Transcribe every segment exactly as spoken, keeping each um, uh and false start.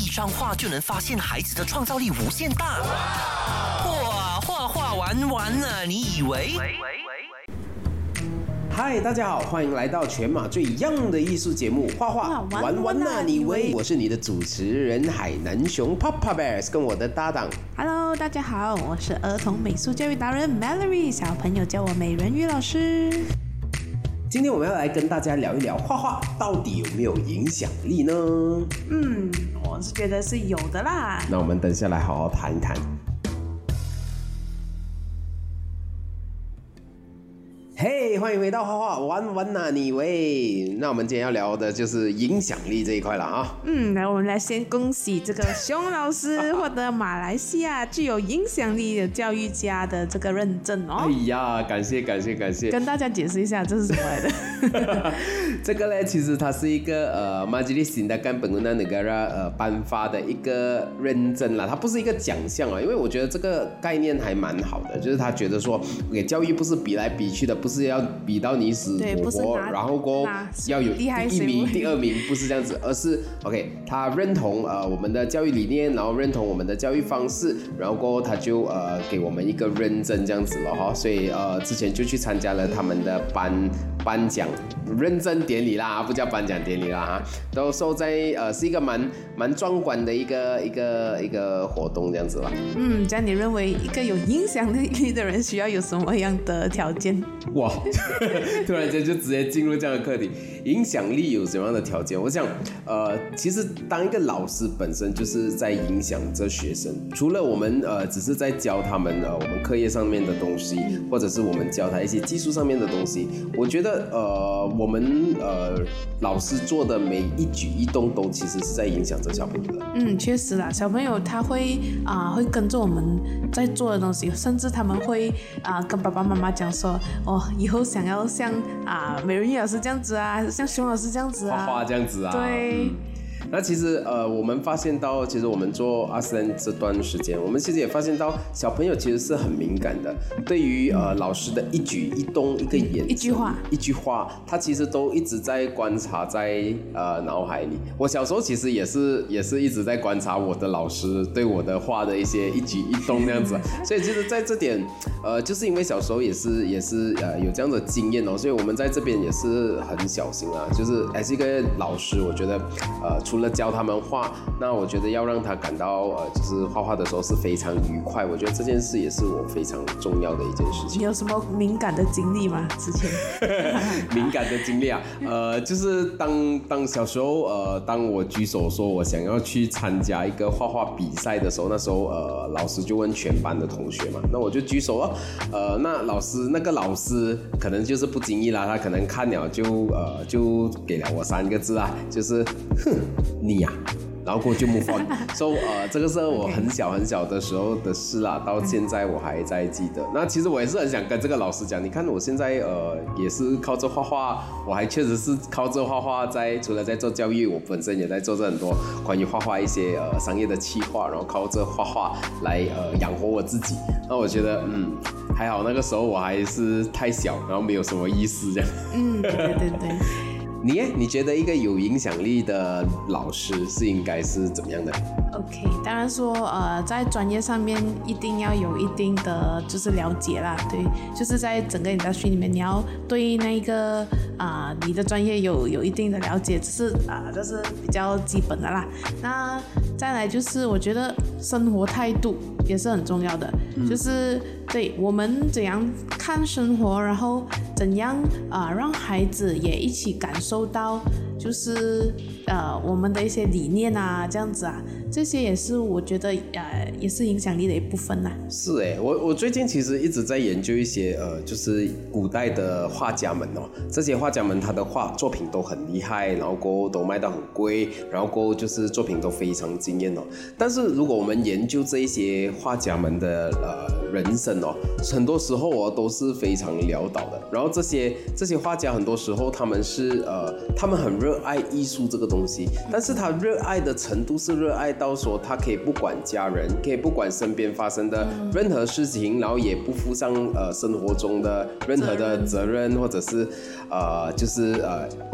一张画就能发现孩子的创造力无限大。哇，画画玩完了，你以为？ 嗨，大家好，欢迎来到全马最 young 的艺术节目《画画玩玩那你喂》，我是你的主持人海南熊 Papa Bears， 跟我的搭档。 Hello， 大家好，我是儿童美术教育达人 Mallory， 小朋友叫我美人鱼老师。 今天我们要来跟大家聊一聊画画到底有没有影响力呢？ 嗯，我是觉得是有的啦。 那我们等下来好好谈一谈。嘿、hey, 欢迎回到画画玩玩哪你喂。那我们今天要聊的就是影响力这一块了啊。 嗯，来我们来先恭喜这个熊老师获得马来西亚具有影响力的教育家的这个认证哦。 哎呀，感谢感谢感谢。 跟大家解释一下这是什么来的。 这个呢，其实它是一个呃 Majlis Tindakan Pengguna Negara 呃颁发的一个认证啦，它不是一个奖项啊，因为我觉得这个概念还蛮好的，就是他觉得说，给教育不是比来比去的，不是要比到你死我活，然后过要有第一名、第二名，不是这样子，而是 OK， 他认同呃我们的教育理念，然后认同我们的教育方式，然后过后他就呃给我们一个认证这样子了哈，所以呃之前就去参加了他们的颁颁奖认证典礼啦，不叫颁奖典礼啦哈，都收在呃是一个蛮蛮壮观的一个一个一个活动这样子啦。 嗯，这样你认为一个有影响力的人需要有什么样的条件？ 哇，突然间就直接进入这样的课题，影响力有什么样的条件？我想，呃，其实当一个老师本身就是在影响着学生，除了我们呃只是在教他们呃我们课业上面的东西，或者是我们教他一些技术上面的东西，我觉得呃我们呃老师做的每一举一动都其实是在影响着小朋友的。 嗯，确实啦，小朋友他会啊、呃、会跟着我们在做的东西，甚至他们会啊、呃、跟爸爸妈妈讲说，哦，以后想要像啊、呃、美人鱼老师这样子啊，还是像熊老师这样子啊， 画画这样子啊， 对。嗯， 那其实呃，我们发现到，其实我们做阿斯兰这段时间，我们其实也发现到，小朋友其实是很敏感的，对于呃老师的一举一动、一个眼神、 一句话、 一句话，他其实都一直在观察在呃脑海里。我小时候其实也是也是一直在观察我的老师对我的画的一些一举一动那样子，所以其实在这点呃，就是因为小时候也是也是呃有这样的经验哦，所以我们在这边也是很小心啊，就是还是一个老师，我觉得呃除了教他们画，那我觉得要让他感到呃，就是画画的时候是非常愉快。我觉得这件事也是我非常重要的一件事情。 你有什么敏感的经历吗？之前敏感的经历啊，呃，就是当当小时候呃，当我举手说我想要去参加一个画画比赛的时候，那时候呃，老师就问全班的同学嘛，那我就举手哦，呃，那老师那个老师可能就是不经意啦，他可能看了就呃就给了我三个字啊，就是哼。你呀、啊，然后过就 move on。所以、so, 呃，这个是我很小很小的时候的事啦，到现在我还在记得。那其实我也是很想跟这个老师讲，你看我现在呃也是靠着画画，我还确实是靠着画画在，除了在做教育，我本身也在做着很多关于画画一些呃商业的企划，然后靠着画画来呃养活我自己。那我觉得嗯还好，那个时候我还是太小，然后没有什么意思这样。 嗯，对对对。 你耶？你觉得一个有影响力的老师是应该是怎么样的 ？OK， 当然说，呃，在专业上面一定要有一定的就是了解啦，对，就是在整个 industry 里面，你要对那个啊、呃、你的专业有有一定的了解，这是啊、呃、这是比较基本的啦。那再来就是我觉得生活态度也是很重要的，嗯、就是对我们怎样看生活，然后怎样啊、呃、让孩子也一起感受到，就是呃我们的一些理念啊，这样子啊，这些也是我觉得呃也是影响力的一部分啦。 是诶，我我最近其实一直在研究一些呃，就是古代的画家们哦，这些画家们他的画作品都很厉害，然后过后都卖到很贵，然后过后就是作品都非常惊艳哦。但是如果我们研究这一些画家们的呃人生哦，很多时候哦都是非常潦倒的。然后这些这些画家很多时候他们是呃，他们很热爱艺术这个东西，但是他热爱的程度是热爱到说他可以不管家人，可以不管身边发生的任何事情，然后也不负上呃生活中的任何的责任，或者是呃就是呃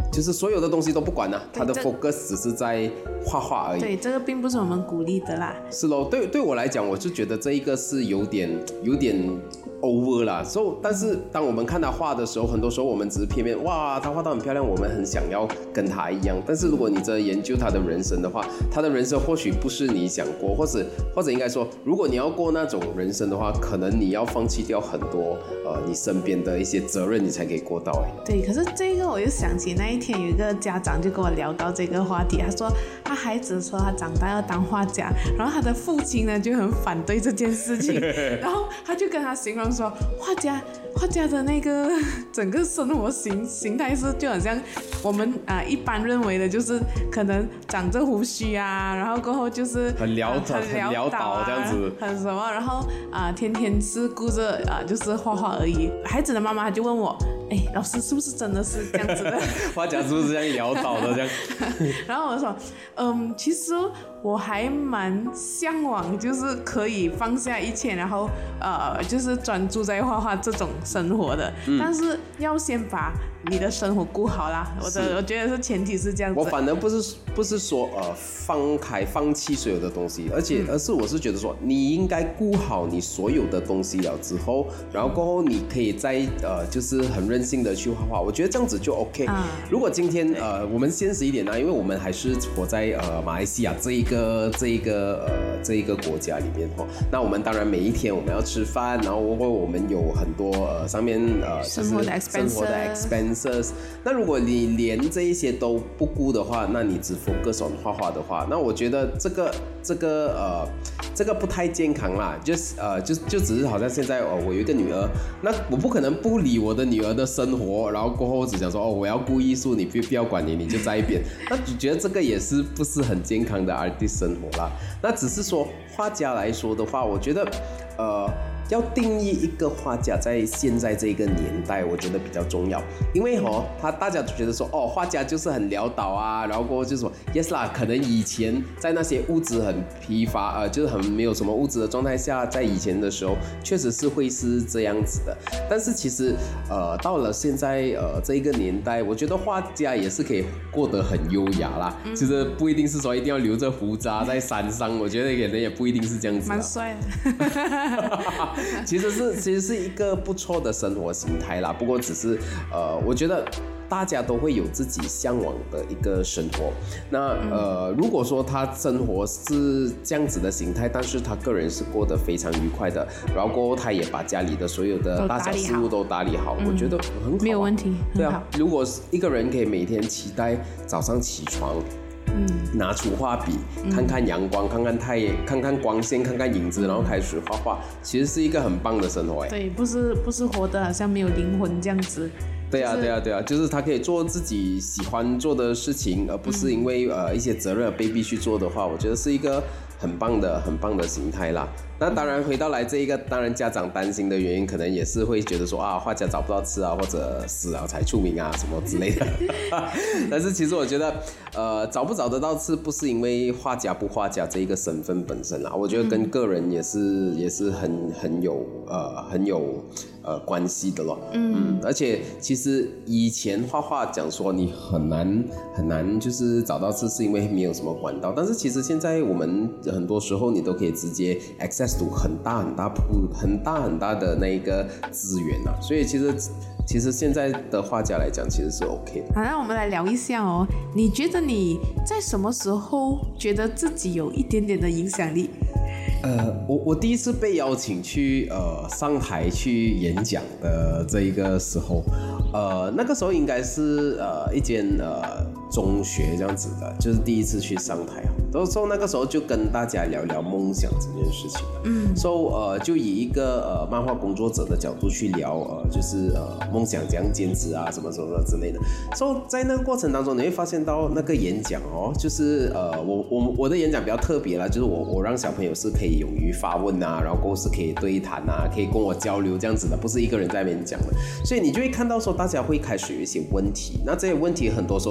就是所有的东西都不管了，他的 focus 只是在画画而已。 对，这个并不是我们鼓励的啦。 是咯，对对我来讲，我就觉得这一个是有点有点 over 啦。所以，但是当我们看他画的时候，很多时候我们只是片面，哇，他画到很漂亮，我们很想要跟他一样。但是如果你真的研究他的人生的话，他的人生或许不是你想过，或者或者应该说，如果你要过那种人生的话，可能你要放弃掉很多呃你身边的一些责任，你才可以过到。哎， 对，可是这个我又想起那一天有一个家长就跟我聊到这个话题，他说他孩子说他长大要当画家，然后他的父亲呢就很反对这件事情，然后他就跟他形容说，画家画家的那个整个生活形形态是就很像我们啊、呃、一般认为的，就是可能长着胡须啊，然后过后就是很潦倒、呃、很潦倒、啊、这样子， 很什么，然后啊、呃、天天是顾着啊、呃、就是画画而已。孩子的妈妈就问我，哎，老师是不是真的是这样子的？ 画家是不是这样潦倒的这样？ 然后我说，嗯，其实我还蛮向往，就是可以放下一切，然后呃，就是专注在画画这种生活的。嗯、但是要先把你的生活顾好啦。我的我觉得是前提是这样子。 我反而不是不是说呃放开放弃所有的东西，而且、嗯、而是我是觉得说你应该顾好你所有的东西了之后，然后过后你可以再呃就是很任性的去画画。我觉得这样子就 OK。嗯、如果今天呃我们现实一点啊，因为我们还是活在呃马来西亚这一个这一个呃这一个国家里面哈、哦，那我们当然每一天我们要吃饭，然后我们有很多呃上面呃就是生活的 expenses， 生活的 expenses。那如果你连这一些都不顾的话，那你只 focus on 画画的话，那我觉得这个这个呃这个不太健康啦。就是呃就就只是好像现在哦，我有一个女儿，那我不可能不理我的女儿的生活，然后过后只讲说哦我要顾艺术，你不不要管你，你就在一边。那我觉得这个也是不是很健康的 artist 生活啦。那只是说画家来说的话，我觉得呃。要定义一个画家在现在这个年代，我觉得比较重要，因为哦，他大家觉得说哦，画家就是很潦倒啊，然后过后就说 yes 啦，可能以前在那些物质很疲乏，呃，就是很没有什么物质的状态下，在以前的时候，确实是会是这样子的。但是其实呃，到了现在呃这一个年代，我觉得画家也是可以过得很优雅啦，嗯、就是不一定是说一定要留着胡渣在山上，我觉得可能也不一定是这样子。 蛮帅的。 其实是其实是一个不错的生活形态啦，不过只是呃，我觉得大家都会有自己向往的一个生活。那呃，如果说他生活是这样子的形态，但是他个人是过得非常愉快的，然后过后他也把家里的所有的大小事务都打理好，我觉得很好、啊， 没有问题。 对啊，如果一个人可以每天期待早上起床。嗯，拿出画笔，看看阳光，嗯、看看太阳，看看光线，看看影子，然后开始画画，其实是一个很棒的生活哎。 对，不是不是活得好像没有灵魂这样子。 对啊，对啊，对啊，就是他可以做自己喜欢做的事情，而不是因为、嗯、呃一些责任被必须做的话，我觉得是一个很棒的、很棒的形态啦。那当然回到来这一个，当然家长担心的原因，可能也是会觉得说啊，画家找不到吃啊，或者死了才出名啊，什么之类的。但是其实我觉得，呃，找不找得到吃，不是因为画家不画家这一个身份本身啦，我觉得跟个人也是、嗯、也是很很有呃很有呃关系的咯。嗯, 嗯，而且其实以前画画讲说你很难很难就是找到吃，是因为没有什么管道。但是其实现在我们很多时候你都可以直接 access。很大很大很大很大的那一个资源啊，所以其实其实现在的画家来讲其实是 OK 的。 好，那我们来聊一下哦，你觉得你在什么时候觉得自己有一点点的影响力？ 呃，我我第一次被邀请去呃上台去演讲的这一个时候，呃那个时候应该是呃一间呃中学这样子的，就是第一次去上台。所以说那个时候就跟大家聊聊梦想这件事情。嗯，所以、so, 呃就以一个呃漫画工作者的角度去聊呃就是呃梦想怎样坚持啊什么什么之类的。所以、so, 在那个过程当中，你会发现到那个演讲哦，就是呃我我我的演讲比较特别啦，就是我我让小朋友是可以勇于发问啊，然后过后是可以对谈啊，可以跟我交流这样子的，不是一个人在那边讲的。所以你就会看到说大家会开始有一些问题，那这些问题很多时候就是讲说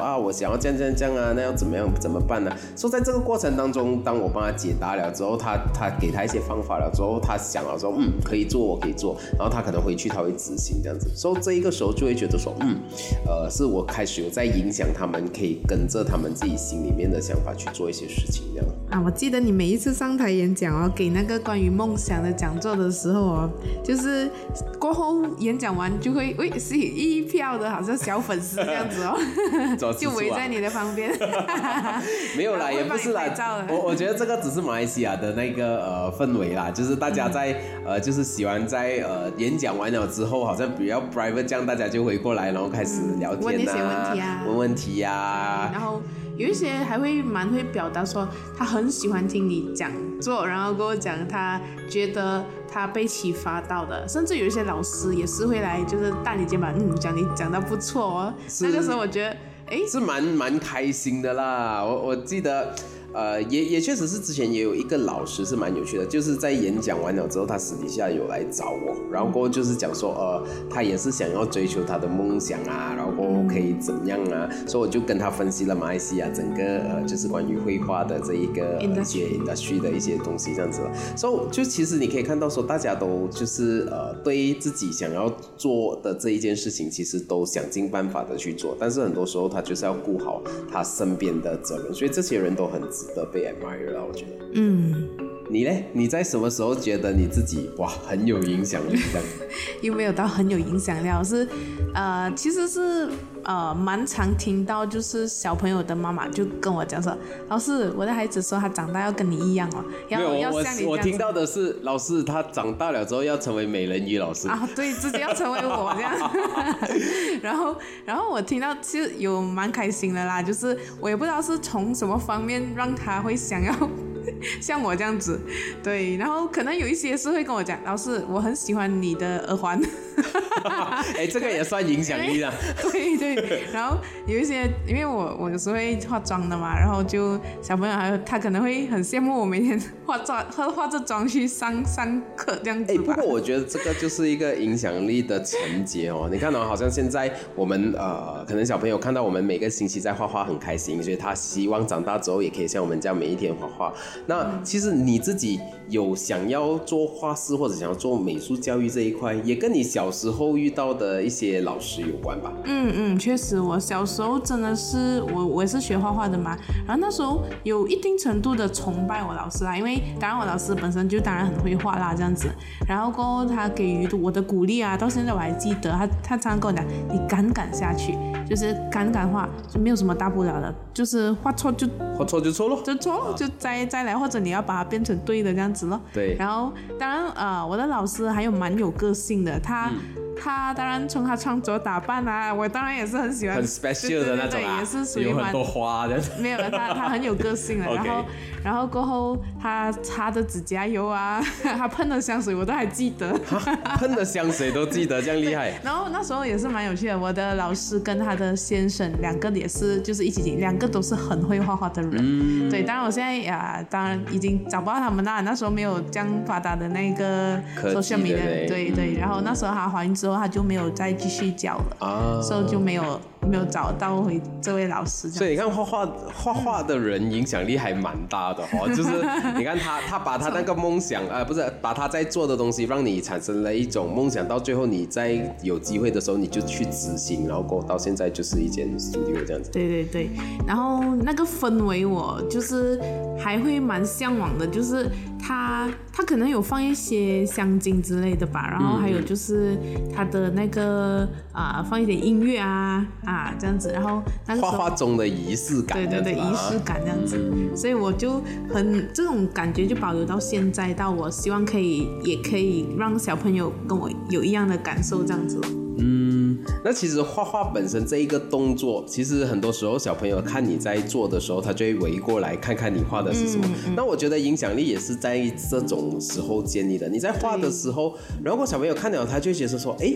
啊，我想要这样这样这样啊，那要怎么样怎么办呢？所以在这个过程当中，当我帮他解答了之后，他他给他一些方法了之后，他想了说，嗯，可以做，我可以做，然后他可能回去他会执行这样子，所以这一个时候就会觉得说，嗯，呃，是我开始有在影响他们，可以跟着他们自己心里面的想法去做一些事情这样。 啊，我记得你每一次上台演讲哦，给那个关于梦想的讲座的时候哦，就是过后演讲完就会，喂，是一票的好像小粉丝这样子哦，就围在你的旁边。 没有啦，也不是啦，我我觉得这个只是马来西亚的那个呃氛围啦，就是大家在、嗯、呃就是喜欢在呃演讲完了之后，好像比较 private 这样，大家就会过来，然后开始聊天啊， 问一些问题啊， 问问题啊， 然后有一些还会蛮会表达说他很喜欢听你讲座，然后跟我讲他觉得他被启发到的，甚至有一些老师也是会来就是搭你肩膀，嗯，讲你讲得不错哦。那个时候我觉得，哎， 是蛮蛮开心的啦。我我记得。呃，也也确实是之前也有一个老师是蛮有趣的，就是在演讲完了之后，他私底下有来找我，然后过后就是讲说，呃，他也是想要追求他的梦想啊，然后过后可以怎么样啊，所以我就跟他分析了马来西亚整个呃，就是关于绘画的这一个、呃、一些 industry 的一些东西这样子，所以就其实你可以看到说，大家都就是呃，对自己想要做的这一件事情，其实都想尽办法的去做，但是很多时候他就是要顾好他身边的责任，所以这些人都很值得被 admire 了，我觉得。 嗯， 你呢？你在什么时候觉得你自己哇很有影响力这样？ 又没有到很有影响力，是呃，其实是呃蛮常听到，就是小朋友的妈妈就跟我讲说，老师，我的孩子说他长大要跟你一样哦，要没有要像你这样子。 我听到的是，老师他长大了之后要成为美人鱼老师啊，对，自己要成为我这样。然后，然后我听到其实有蛮开心的啦，就是我也不知道是从什么方面让他会想要像我这样子，对，然后可能有一些是会跟我讲，老师，我很喜欢你的耳环。 哎，这个也算影响力啦。 对对，然后有一些，因为我我有时候会化妆的嘛，然后就小朋友还有他可能会很羡慕我每天化妆化化着妆去上上课这样子吧。 哎，不过我觉得这个就是一个影响力的承接哦。你看哦，好像现在我们呃，可能小朋友看到我们每个星期在画画很开心，所以他希望长大之后也可以像我们这样每一天画画。那其实你自己有想要做画室或者想要做美术教育这一块，也跟你小时候遇到的一些老师有关吧？ 嗯嗯，确实，我小时候真的是我我也是学画画的嘛，然后那时候有一定程度的崇拜我老师啦，因为当然我老师本身就当然很会画啦这样子，然后过后他给予我的鼓励啊，到现在我还记得，他他常常跟我讲，你敢敢下去，就是敢敢画，就没有什么大不了的，就是画错就画错就错咯， 就错咯，就再再来，或者你要把它变成对的这样子咯。 对。 然后当然呃，我的老师还有蛮有个性的，他。嗯他当然从他穿着打扮啊，我当然也是很喜欢， 很 special 的那种啊， 也是属于有很多花的。 没有，他他很有个性的。然后然后过后他擦的指甲油啊，他喷的香水我都还记得。 喷的香水都记得，这样厉害。 然后那时候也是蛮有趣的，我的老师跟他的先生两个也是就是一起进，两个都是很会画画的人。嗯、对，当然我现在呀、呃，当然已经找不到他们啦。那时候没有这样发达的那个 social media， 对对。然后那时候他怀孕之后。他就没有再继续教了，啊、所以就没有没有找到回这位老师。 所以你看画画画画的人影响力还蛮大的哦，就是你看他他把他那个梦想呃不是把他在做的东西让你产生了一种梦想，到最后你在有机会的时候你就去执行，然后到现在就是一间 studio 这样子。 对对对，然后那个氛围我就是还会蛮向往的，就是他他可能有放一些香精之类的吧，然后还有就是他的那个啊、呃、放一点音乐啊啊这样子，然后那个画画中的仪式感， 对对对，仪式感这样子，嗯、所以我就很这种感觉就保留到现在，到我希望可以也可以让小朋友跟我有一样的感受这样子。 嗯，那其实画画本身这一个动作，其实很多时候小朋友看你在做的时候，他就会围过来看看你画的是什么。嗯嗯、那我觉得影响力也是在这种时候建立的。你在画的时候，然后小朋友看了，他就会觉得说，哎。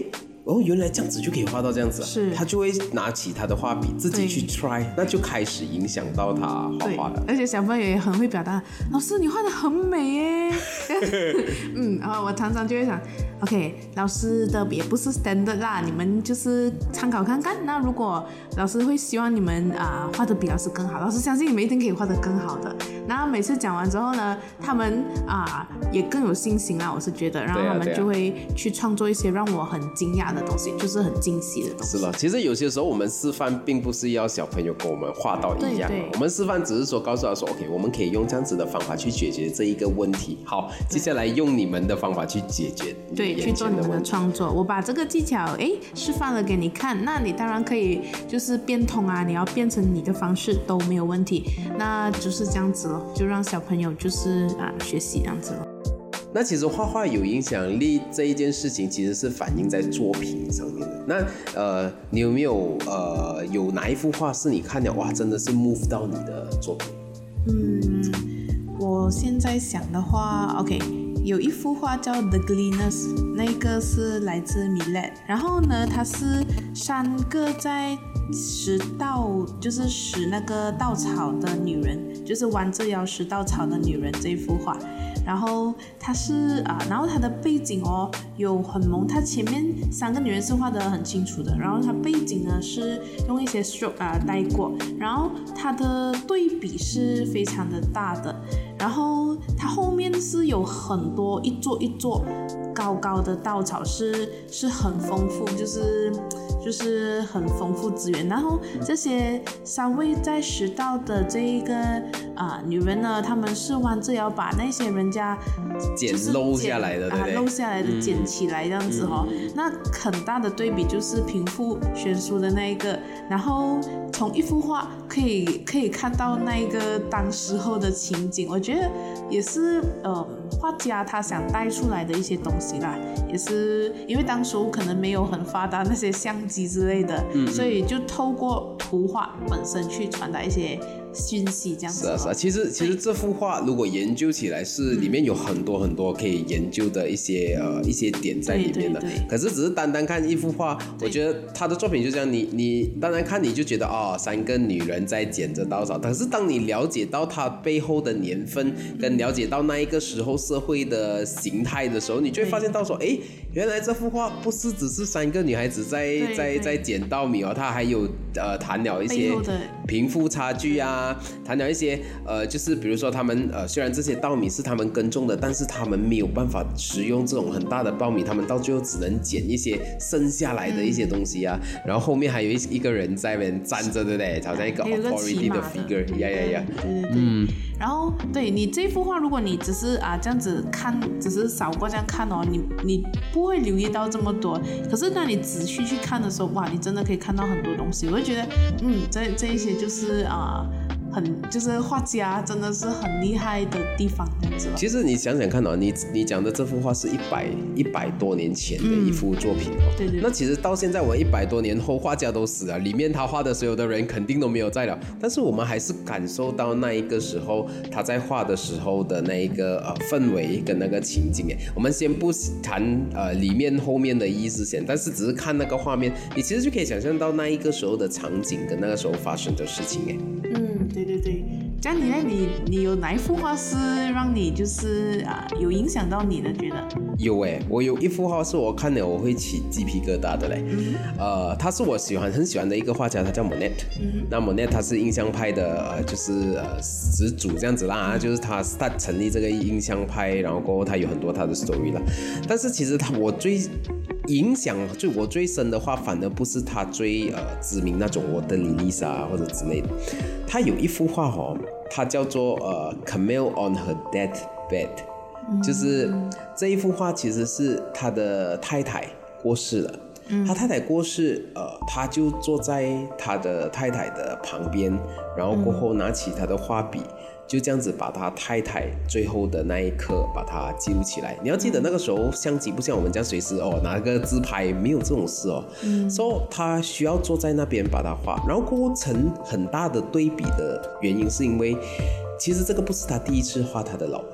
哦，原来这样子就可以画到这样子、啊， 是， 他就会拿起他的画笔自己去 try， 那就开始影响到他画画了。 而且小朋友也很会表达，老师你画的很美耶。嗯，然后我常常就会想 ，OK， 老师的也不是 standard 啦，你们就是参考看看。那如果老师会希望你们啊、呃、画的比老师更好，老师相信你们一定可以画得更好的。然后每次讲完之后呢，他们啊、呃、也更有信心啦，我是觉得，然后他们就会去创作一些让我很惊讶的东西，就是很惊喜的东西。 是了，其实有些时候我们示范并不是要小朋友跟我们画到一样，我们示范只是说告诉他说 ，OK， 我们可以用这样子的方法去解决这一个问题。好，接下来用你们的方法去解决你对，去做你们的创作。我把这个技巧哎示范了给你看，那你当然可以就是变通啊，你要变成你的方式都没有问题。那就是这样子咯，就让小朋友就是啊学习这样子咯。 那其实画画有影响力这一件事情，其实是反映在作品上面的。那呃，你有没有呃有哪一幅画是你看了哇，真的是 move 到你的作品？ 嗯，我现在想的话 ，OK， 有一幅画叫《The Gleaners》，那个是来自米勒。然后呢，它是三个在拾稻，就是拾那个稻草的女人，就是弯着腰拾稻草的女人这一幅画。然后它是啊、呃，然后它的背景哦有很萌，它前面三个女人是画得很清楚的，然后它背景呢是用一些 stroke 啊、呃、带过，然后它的对比是非常的大的，然后它后面是有很多一座一座高高的稻草，是是很丰富，就是就是很丰富资源。然后这些三位在拾稻的这一个啊、呃、女人呢，她们是弯着腰把那些人家捡漏下来的，对不对？ 啊，漏下来的捡起来这样子哦。嗯、那很大的对比就是贫富悬殊的那一个，然后从一幅画可以可以看到那一个当时候的情景，我觉得也是呃画家他想带出来的一些东西啦，也是因为当时可能没有很发达那些相机之类的，嗯、所以就透过图画本身去传达一些讯息，这样子、哦。 是啊是啊，其实其实这幅画如果研究起来是里面有很多很多可以研究的一些、嗯、呃一些点在里面的。 对对对， 可是只是单单看一幅画，我觉得他的作品就这样，你你单单看你就觉得哦，三个女人在捡着稻草。可是当你了解到它背后的年份，跟了解到那一个时候社会的形态的时候，你就会发现到说，哎，原来这幅画不是只是三个女孩子在在在捡稻米哦，它还有呃谈了一些贫富差距啊，谈了一些呃就是比如说他们呃虽然这些稻米是他们耕种的，但是他们没有办法食用这种很大的稻米，他们到最后只能捡一些剩下来的一些东西啊。嗯、然后后面还有一一个人在那边站着，对不对？好像一个 authority 的 figure， 呀呀呀， 对对对。嗯、然后对你这幅画，如果你只是啊这样子看，只是扫过这样看哦，你你不会留意到这么多。可是当你仔细去看的时候，哇，你真的可以看到很多东西。我就觉得，嗯，这这一些就是啊。很就是画家真的是很厉害的地方，这样子。 其实你想想看哦，你你讲的这幅画是一百一百多年前的一幅作品哦。 嗯、对对。 那其实到现在我一百多年后，画家都死了，里面他画的所有的人肯定都没有在了。但是我们还是感受到那一个时候他在画的时候的那一个呃氛围跟那个情景哎。我们先不谈呃里面后面的意思先，但是只是看那个画面，你其实就可以想象到那一个时候的场景跟那个时候发生的事情哎。 嗯，对对对。这样你呢？你你有哪一幅画是让你就是啊有影响到你的？觉得有诶，我有一幅画是我看了我会起鸡皮疙瘩的嘞。嗯、呃，他是我喜欢很喜欢的一个画家，他叫 Monet。嗯、那 Monet 他是印象派的，呃，就是呃始祖这样子啦，嗯、就是他 start 成立这个印象派，然后过后他有很多他的 story 啦。但是其实他我最影响就我最深的话，反而不是他最呃知名那种我的莉莉莎或者之类的。他有一幅画哦，它叫做呃 Camille on her deathbed，嗯、就是这一幅画其实是他的太太过世了。嗯、他太太过世，呃，他就坐在他的太太的旁边，然后过后拿起他的画笔。就这样子把他太太最后的那一刻把它记录起来。你要记得那个时候相机不像我们这样随时哦拿个自拍，没有这种事哦。嗯，所以他需要坐在那边把它画，然后过后成很大的对比的原因是因为，其实这个不是他第一次画他的老婆。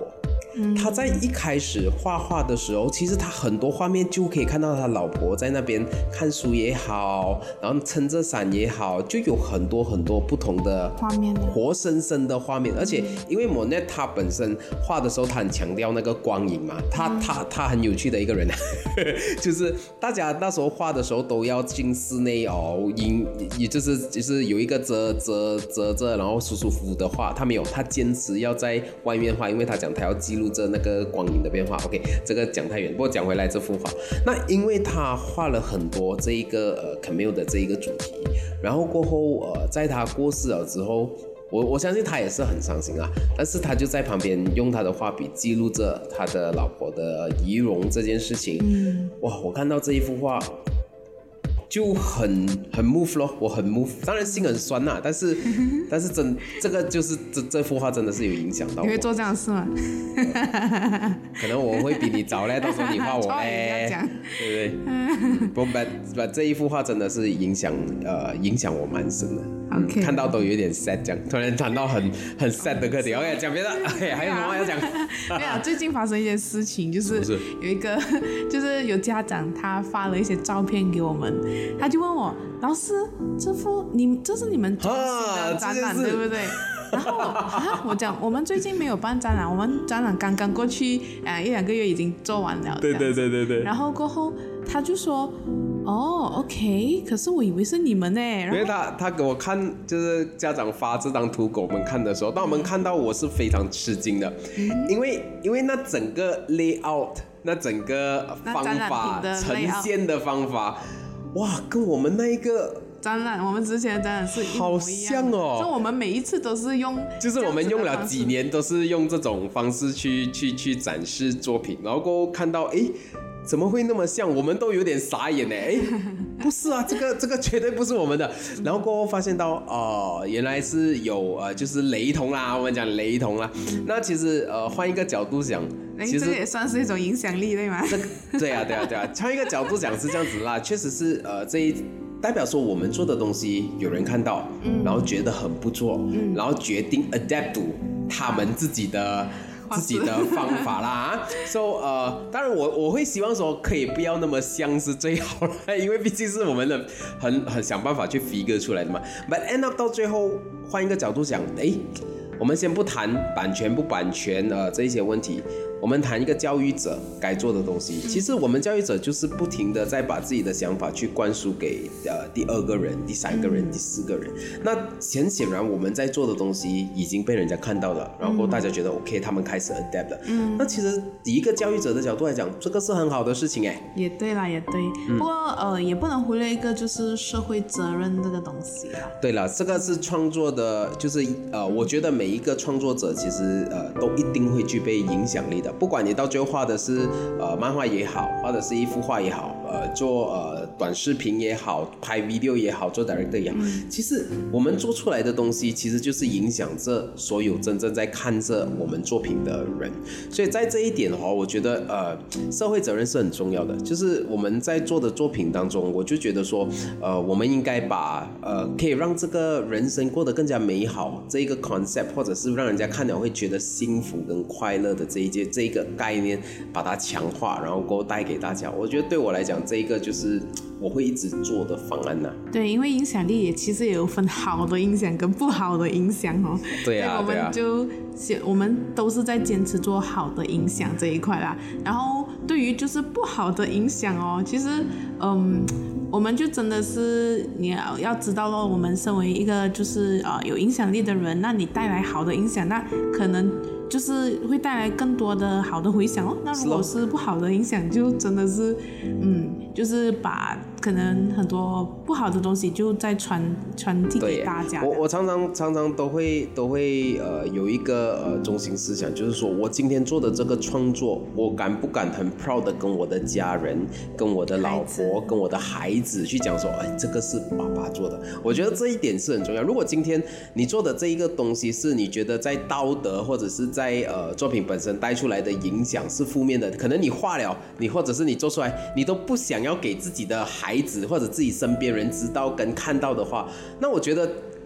嗯、他在一开始画画的时候，其实他很多画面就可以看到他老婆在那边看书也好，然后撑着伞也好，就有很多很多不同的画面， 活生生的画面。而且因为 Monet 他本身画的时候，他很强调那个光影嘛，他、嗯、他他很有趣的一个人就是大家那时候画的时候都要进室内哦，阴也就是就是有一个遮遮遮着，然后舒舒服服的画。他没有，他坚持要在外面画，因为他讲他要记录着那个光影的变化。OK， 这个讲太远，不过讲回来这幅画，那因为他画了很多这一个呃 Camille 的这一个主题，然后过后呃在他过世了之后。我我相信他也是很伤心啊，但是他就在旁边用他的画笔记录着他的老婆的遗容这件事情。嗯，哇，我看到这一幅画就很很 move 咯，我很 move， 当然心很酸呐、啊，但是但是真这个就是这这幅画真的是有影响到我。 你会做这样的事吗？ 可能我会比你早嘞，到时候你画我嘞，对不对？嗯、不不不，这一幅画真的是影响呃影响我蛮深的。 Okay. 嗯、看到都有点 sad， 这样突然谈到很很 sad 的课题。OK， 讲别的，哎，还有什么要讲？ 没有，最近发生一件事情，就是有一个，就是有家长他发了一些照片给我们，他就问我老师，这幅你这是你们最新的展览对不对？然后啊，我讲我们最近没有办展览，我们展览刚刚过去，呃，一两个月已经做完了。 对对对对对。 然后过后他就说。哦 ，OK， 可是我以为是你们呢。因为他他给我看，就是家长发这张图给我们看的时候，当我们看到我是非常吃惊的，嗯、因为因为那整个 layout， 那整个方法呈现的方法，哇，跟我们那一个。 展览，我们之前的展览是一模一样， 好像哦。 所以我们每一次都是用， 就是我们用了几年都是用这种方式去去去展示作品，然后过后看到哎。怎么会那么像？我们都有点傻眼呢。哎，不是啊，这个这个绝对不是我们的。然后过后发现到哦、呃，原来是有呃，就是雷同啦。我们讲雷同啦。嗯、那其实呃，换一个角度讲，其实这也算是一种影响力，对吗？ 这个对啊，对啊，对啊。换一个角度讲是这样子啦，确实是呃，这一代表说我们做的东西有人看到，嗯、然后觉得很不错，嗯、然后决定 adapt to 他们自己的。自己的方法啦，so 呃，当然我我会希望说可以不要那么像是最好啦，因为毕竟是我们的很很想办法去 figure 出来的嘛。But end up 到最后换一个角度想，哎，我们先不谈版权不版权呃这一些问题。我们谈一个教育者该做的东西，其实我们教育者就是不停的在把自己的想法去灌输给呃第二个人、第三个人、第四个人。那很显然我们在做的东西已经被人家看到了，然后大家觉得 OK， 他们开始 adapt 了。嗯，那其实以一个教育者的角度来讲，这个是很好的事情哎。 也对啦，也对。嗯、不过呃，也不能忽略一个就是社会责任这个东西啦。 对了，这个是创作的，就是呃，我觉得每一个创作者其实呃都一定会具备影响力的。不管你到最后画的是呃漫画也好，画的是一幅画也好，呃做呃短视频也好，拍 video 也好，做 director 也好，嗯、其实我们做出来的东西其实就是影响着所有真正在看着我们作品的人。所以在这一点的话，我觉得呃社会责任是很重要的。就是我们在做的作品当中，我就觉得说呃我们应该把呃可以让这个人生过得更加美好这一个 concept， 或者是让人家看了会觉得幸福跟快乐的这一件这一个概念把它强化，然后给我带给大家。我觉得对我来讲，这一个就是我会一直做的方案呐、啊。 对，因为影响力也其实也有分好的影响跟不好的影响哦。 对啊，对啊。 我们就我们都是在坚持做好的影响这一块啦。然后对于就是不好的影响哦，其实嗯。我们就真的是你要要知道咯，我们身为一个就是呃有影响力的人，那你带来好的影响，那可能就是会带来更多的好的回响哦。那如果是不好的影响，就真的是嗯，就是把可能很多不好的东西就在传传递给大家。 我我常常常常都会都会呃有一个呃中心思想，就是说我今天做的这个创作，我敢不敢很 proud 的跟我的家人、跟我的老婆、跟我的孩子去讲说，哎，这个是爸爸做的。我觉得这一点是很重要。如果今天你做的这一个东西是你觉得在道德或者是在呃作品本身带出来的影响是负面的，可能你画了，你或者是你做出来，你都不想要给自己的孩子或者自己身边人知道跟看到的话，那我觉得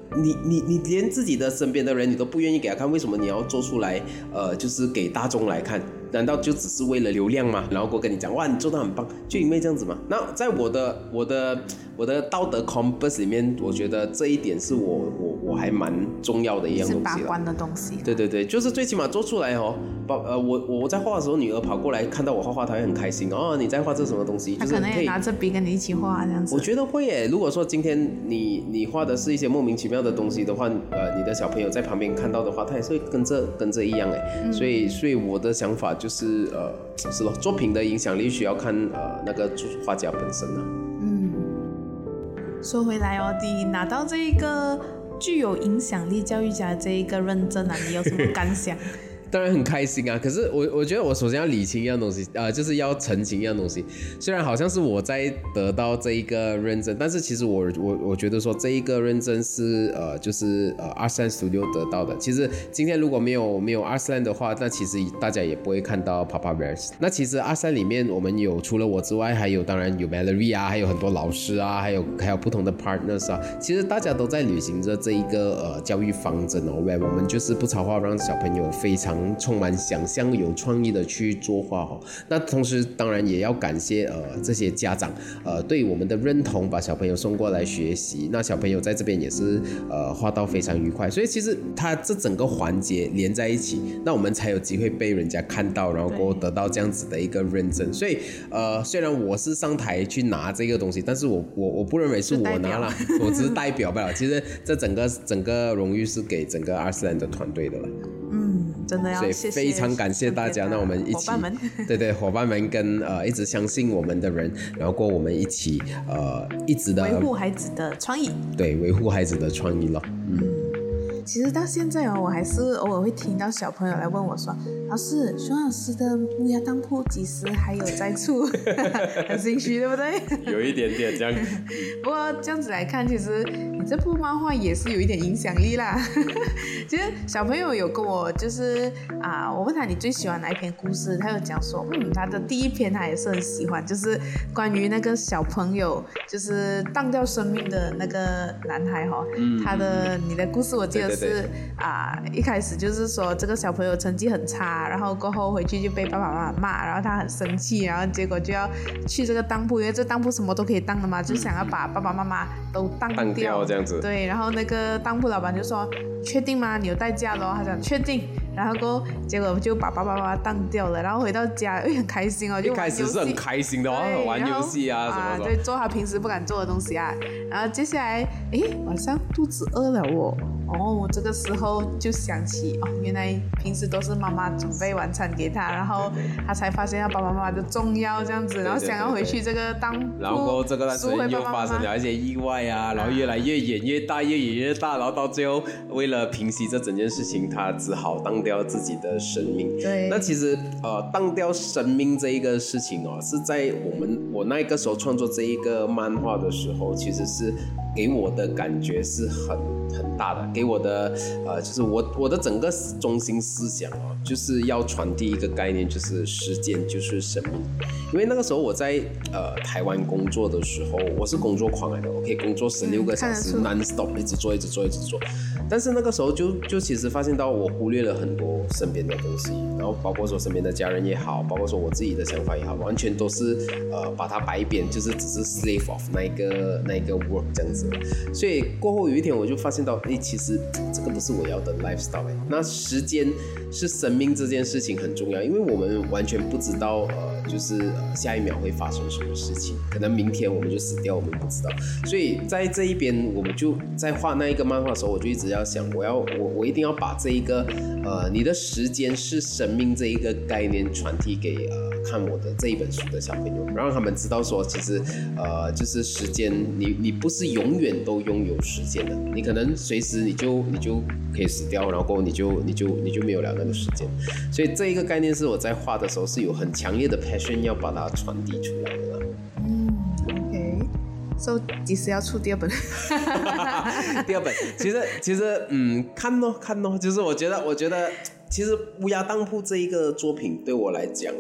你你你连自己的身边的人你都不愿意给他看，为什么你要做出来？呃，就是给大众来看？难道就只是为了流量吗？然后我跟你讲，哇，你做得很棒，就因为这样子吗？那在我的我的我的道德 compass 里面，我觉得这一点是我我我还蛮重要的一样东西了。 是把关的东西。 对对对，就是最起码做出来哦。把呃，我我在画的时候，女儿跑过来看到我画画，她会很开心哦。你在画这什么东西？就是她可能也拿着笔跟你一起画这样子。 我觉得会耶。如果说今天你你画的是一些莫名其妙的东西的话，呃，你的小朋友在旁边看到的话，他也是会跟着跟着一样哎。嗯、所以所以我的想法就是呃，是咯，作品的影响力需要看呃那个画家本身啊。 嗯，说回来哦，你拿到这一个具有影响力教育家这一个认证啊，你有什么感想？ 当然很开心啊，可是我我觉得我首先要理清一样东西，呃，就是要澄清一样东西。虽然好像是我在得到这一个认证，但是其实我我我觉得说这一个认证是呃就是呃 Arslan Studio 得到的。其实今天如果没有没有 Arslan 的话，那其实大家也不会看到 Papa Bears。那其实 Arslan 里面我们有除了我之外，还有当然有 Mallory 啊，还有很多老师啊，还有还有不同的 partners 啊。其实大家都在履行着这一个呃教育方针哦，我们就是不插画，让小朋友非常充满想象、有创意的去作画哦。那同时当然也要感谢呃这些家长呃对我们的认同，把小朋友送过来学习。那小朋友在这边也是呃画到非常愉快，所以其实他这整个环节连在一起，那我们才有机会被人家看到，然后过后得到这样子的一个认证。所以呃虽然我是上台去拿这个东西，但是我我我不认为是我拿了，我只是代表不了。其实这整个整个荣誉是给整个 Arslan 的团队的了。 嗯，真的要谢谢， 所以非常感谢大家。那我们一起， 伙伴们对对，伙伴们跟呃一直相信我们的人，然后过我们一起呃一直的维护孩子的创意， 对，维护孩子的创意咯。嗯。 其实到现在哦，我还是偶尔会听到小朋友来问我说：“老师，熊老师的木鸭当铺几时还有在出？”很心虚，对不对？ 有一点点这样。 不过这样子来看，其实你这部漫画也是有一点影响力啦。其实小朋友有跟我就是啊，我问他你最喜欢哪一篇故事，他有讲说，嗯，他的第一篇他也是很喜欢，就是关于那个小朋友就是当掉生命的那个男孩哈、哦。嗯。他的你的故事我记得。是啊，一开始就是说这个小朋友成绩很差，然后过后回去就被爸爸妈妈骂，然后他很生气，然后结果就要去这个当铺，因为这当铺什么都可以当的嘛，就想要把爸爸妈妈都当掉， 当掉这样子。 对，然后那个当铺老板就说：“确定吗？你有代驾的哦。”他讲确定，然后过后结果就把爸爸妈妈当掉了，然后回到家又很开心哦，就一开始是很开心的哦，玩游戏啊什么的， 对，做他平时不敢做的东西啊。然后接下来，哎，晚上肚子饿了哦。哦，这个时候就想起哦，原来平时都是妈妈准备晚餐给他，然后他才发现他爸爸妈妈的重要这样子，然后想要回去这个当铺， 然后这个时候又发生了一些意外啊，然后越来越演越大，越演越大，然后到最后为了平息这整件事情，他只好当掉自己的生命。 对， 那其实呃，当掉生命这一个事情哦，是在我们我那个时候创作这一个漫画的时候，其实是给我的感觉是很很大的，给我的呃，就是我我的整个中心思想哦，就是要传递一个概念，就是时间就是生命。因为那个时候我在呃台湾工作的时候，我是工作狂来的，我可以工作十六个小时 non stop 一直做一直做一直做。但是那个时候就就其实发现到我忽略了很多身边的东西，然后包括说身边的家人也好，包括说我自己的想法也好，完全都是呃把它摆扁，就是只是 slave of 那一个那一个 work 这样子。所以过后有一天我就发现到，哎，其实这个不是我要的 lifestyle。那时间是生命这件事情很重要，因为我们完全不知道呃就是呃下一秒会发生什么事情，可能明天我们就死掉，我们不知道。所以在这一边，我们就在画那一个漫画的时候，我就一直要想，我要我我一定要把这一个呃你的时间是生命这一个概念传递给呃看我的这一本书的小朋友，让他们知道说，其实呃就是时间，你你不是永远都拥有时间的，你可能随时你就你就可以死掉，然后你就你就你就没有了那个时间。所以这一个概念是我在画的时候是有很强烈的 passion 要把它传递出来的啦。 嗯 ，OK。So 几时要出第二本？ 第二本，其实其实嗯，看咯看咯，就是我觉得我觉得其实乌鸦当铺这一个作品对我来讲，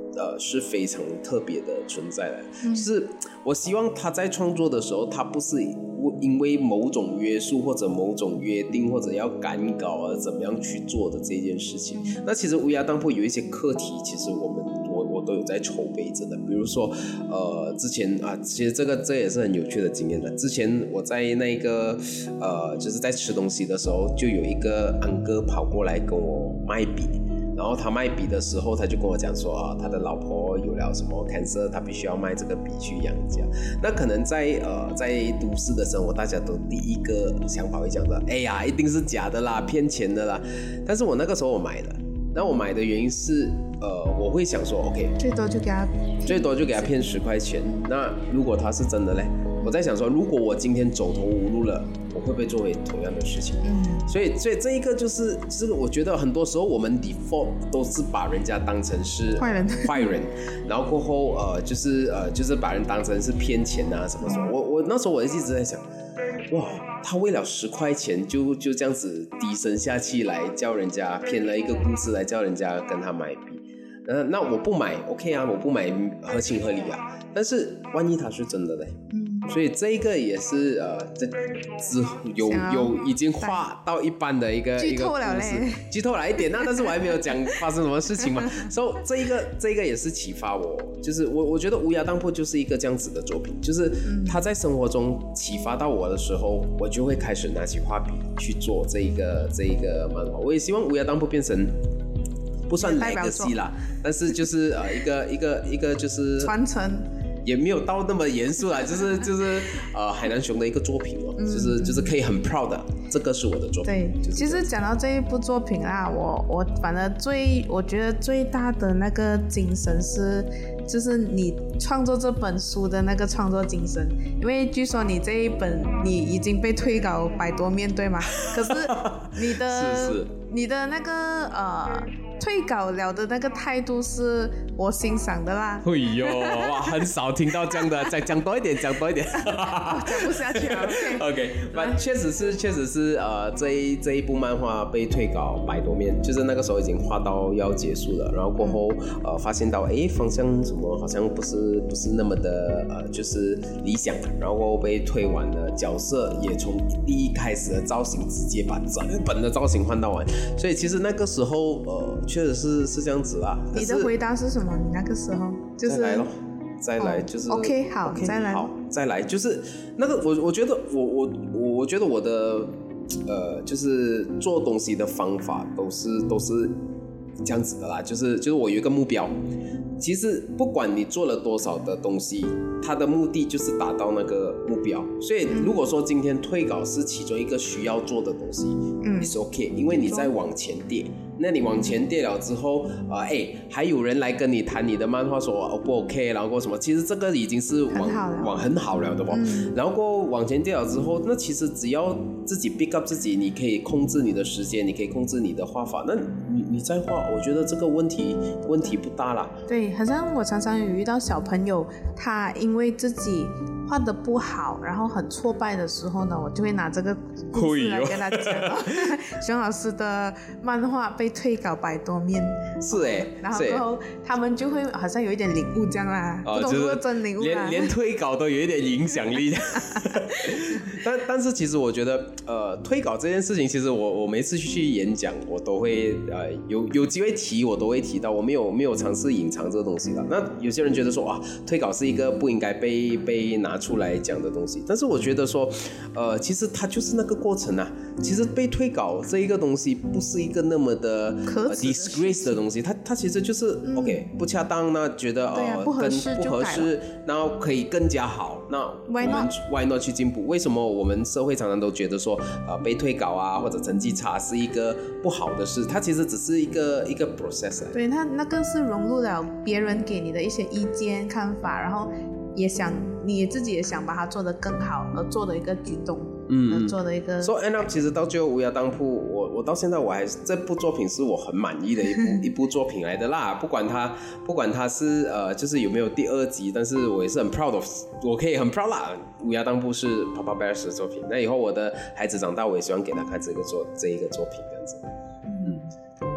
呃是非常特别的存在的，嗯、就是我希望他在创作的时候，他不是因为某种约束或者某种约定或者要赶稿啊怎么样去做的这件事情。嗯、那其实乌鸦当铺有一些课题，其实我们我我都有在筹备着的，比如说呃之前啊，其实这个这也是很有趣的经验的。之前我在那个呃就是在吃东西的时候，就有一个安哥跑过来跟我卖笔。然后他卖笔的时候，他就跟我讲说啊，他的老婆有了什么 cancer， 他必须要卖这个笔去养家。那可能在呃在都市的生活，大家都第一个想法会讲的，哎呀，一定是假的啦，骗钱的啦。但是我那个时候我买的，那我买的原因是，呃，我会想说 ，OK， 最多就给他， 最多就给他骗十块钱。那如果他是真的嘞？我在想说，如果我今天走投无路了，我会不会做回同样的事情？嗯，所以，所以这一个就是，就是我觉得很多时候我们 default 都是把人家当成是坏人， 坏人，然后过后呃，就是呃，就是把人当成是骗钱啊什么什么。我我那时候我一直在想，哇，他为了十块钱就就这样子低声下气来叫人家骗了一个故事来叫人家跟他买笔。呃，那我不买 ，OK 啊，我不买合情合理啊。但是万一他是真的嘞？嗯。所以这个也是呃，这之有有已经画到一半的一个剧透了嘞， 剧透了一点，那但是我还没有讲发生什么事情嘛。所以、so, 这一个这一个也是启发我，就是我我觉得乌鸦当铺就是一个这样子的作品，就是他在生活中启发到我的时候，我就会开始拿起画笔去做这一个这一个漫画。我也希望乌鸦当铺变成。不算 legacy 啦，但是就是呃一个一个一个就是传承， 也没有到那么严肃啦，就是就是呃海南熊的一个作品哦，嗯、就是就是可以很 proud 的，这个是我的作品。 对， 就是、 其实讲到这一部作品啊，我我反正最我觉得最大的那个精神是，就是你创作这本书的那个创作精神，因为据说你这一本你已经被退稿百多面对吗？可是你的是是你的那个呃。退稿了的那个态度是我欣赏的啦。 哎呦，哇，很少听到这样的，再讲多一点，讲多一点， 讲不下去了。 OK， 那确实是，确实是，呃，这一这一部漫画被退稿百多面，就是那个时候已经画到要结束了，然后过后、嗯、呃发现到，哎，方向什么好像不是不是那么的呃，就是理想，然后被退完了，角色也从第一开始的造型直接把整本的造型换到完，所以其实那个时候呃。确实是是这样子啦。 你的回答是什么？你那个时候就是再来咯，再来就是、 哦、OK 好 okay, 再来好再来就是那个我我觉得我我我我觉得我的呃就是做东西的方法都是都是这样子的啦，就是就是我有一个目标。其实不管你做了多少的东西，它的目的就是达到那个目标。所以如果说今天退稿是其中一个需要做的东西，嗯 ，it's OK， 因为你在往前跌。那你往前跌了之后，呃，哎，还有人来跟你谈你的漫画说哦不 OK， 然后过什么？其实这个已经是往很往很好了的吧、嗯。然后过往前跌了之后，那其实只要自己 pick up 自己，你可以控制你的时间，你可以控制你的画法，那你你再画，我觉得这个问题问题不大啦。 对，好像我常常有遇到小朋友，他因为自己画得不好，然后很挫败的时候呢，我就会拿这个故事来跟他讲、哦，熊老师的漫画被退稿百多面， 是哎， 然后过后他们就会好像有一点领悟这样啦， 哦、 不懂是不是真领悟啦， 连连退稿都有一点影响力。但但是其实我觉得，呃，退稿这件事情，其实我我每次去演讲，我都会呃有有机会提，我都会提到，我没有没有尝试隐藏这个东西的。那有些人觉得说啊，退稿是一个不应该被被拿出来讲的东西，但是我觉得说，呃，其实它就是那个过程啊。其实被退稿这一个东西不是一个那么的可耻的、呃、 disgrace 的东西，它它其实就是、嗯、OK 不恰当，那觉得呃、 啊、不合适跟不合适，然后可以更加好，那我们 why not why not 去进步？为什么我们社会常常都觉得说呃被退稿啊或者成绩差是一个不好的事？它其实只是一个一个 process。 对，它那个是融入了别人给你的一些意见看法，然后也想你自己也想把它做得更好而做的一个举动。嗯，做的一个。 So end up， 其实到最后乌鸦当铺，我我到现在我还是这部作品是我很满意的一部一部作品来的啦。不管它不管它是呃就是有没有第二集，但是我也是很 proud of， 我可以很 proud 啦。乌鸦当铺是 Papa Bears 的作品，那以后我的孩子长大，我也希望给他看这个作这一个作品这样子。嗯。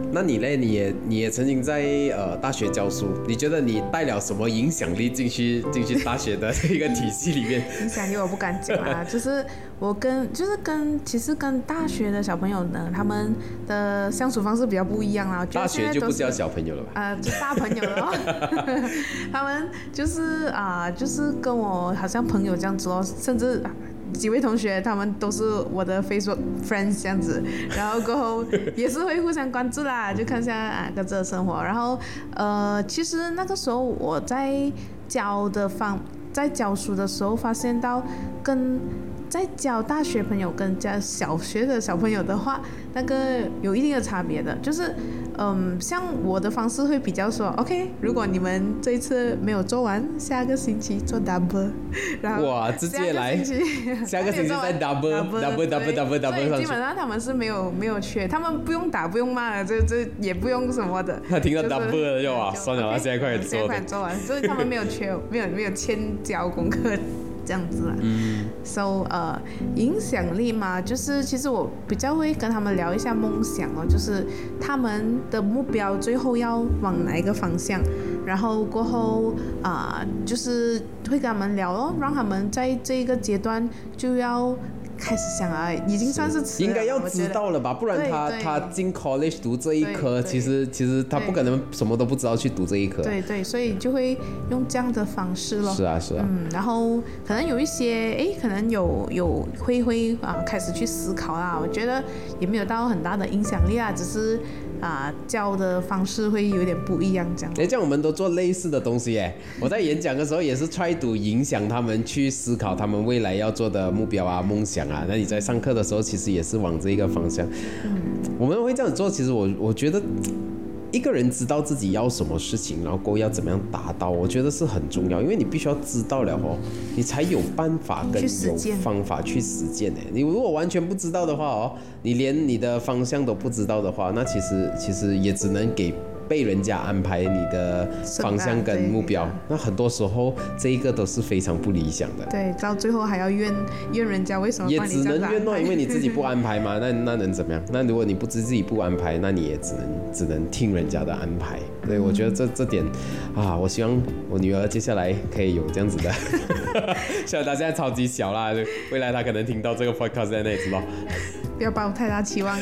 那你嘞？你也你也曾经在呃大学教书，你觉得你带了什么影响力进去进去大学的这个体系里面？ 影响力我不敢讲啦，就是我跟就是跟其实跟大学的小朋友呢，他们的相处方式比较不一样啦。 大学就不叫小朋友了吧？ 呃，就大朋友了、哦。他们就是啊、呃，就是跟我好像朋友这样子哦，甚至。几位同学，他们都是我的 Facebook friends 这样子，然后过后也是会互相关注啦，就看一下啊各自的生活。然后呃，其实那个时候我在教的方，在教书的时候，发现到跟在教大学朋友跟教小学的小朋友的话，那个有一定的差别的，就是嗯，像我的方式会比较说 ，OK， 如果你们这一次没有做完，下个星期做 double， 然后哇，直接来，下个星期再 double double double double double， 所以基本上他们是没有没有缺，他们不用打不用骂的，这这也不用什么的。 他听到 double 了就哇，算了，现在快点做， 现在快点做完，所以他们没有缺，没有没有欠交功课。这样子啦，嗯 ，so 呃，影响力嘛，就是其实我比较会跟他们聊一下梦想哦，就是他们的目标最后要往哪一个方向，然后过后啊、呃，就是会跟他们聊哦，让他们在这个阶段就要。开始想啊，已经算是迟了， 应该要知道了吧？不然他他进 college 读这一科，其实其实他不可能什么都不知道去读这一科。 对对，所以就会用这样的方式咯。 是啊是啊。 嗯，然后可能有一些哎，可能有有会会啊开始去思考啦。我觉得也没有到很大的影响力啊，只是啊教的方式会有点不一样这样。 哎，这样我们都做类似的东西哎。我在演讲的时候也是 try to 影响他们去思考他们未来要做的目标啊、梦想。啊，那你在上课的时候，其实也是往这一个方向。嗯，我们会这样做，其实我我觉得一个人知道自己要什么事情，然后过后要怎么样达到，我觉得是很重要，因为你必须要知道了哦，你才有办法跟有方法去实践的。你如果完全不知道的话哦，你连你的方向都不知道的话，那其实其实也只能给。被人家安排你的方向跟目标，那很多时候这一个都是非常不理想的。 对，到最后还要怨怨人家为什么也只能怨咯，因为你自己不安排嘛，那那能怎么样？那如果你不自己不安排，那你也只能只能听人家的安排。所以我觉得这这点啊，我希望我女儿接下来可以有这样子的。虽然她现在超级小啦，未来她可能听到这个 podcast 在那里知道。 不要抱太大期望。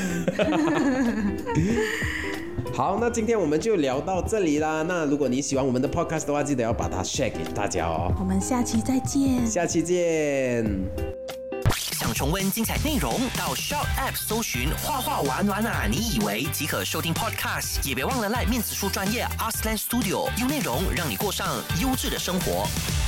好，那今天我们就聊到这里啦。那如果你喜欢我们的 podcast 的话，记得要把它 share 给大家哦。 我们下期再见。 下期见。 想重温精彩内容，到 Shout App 搜寻“画画玩玩啊”，你以为即可收听 podcast， 也别忘了赖面子书专业 Arslan Studio， 用内容让你过上优质的生活。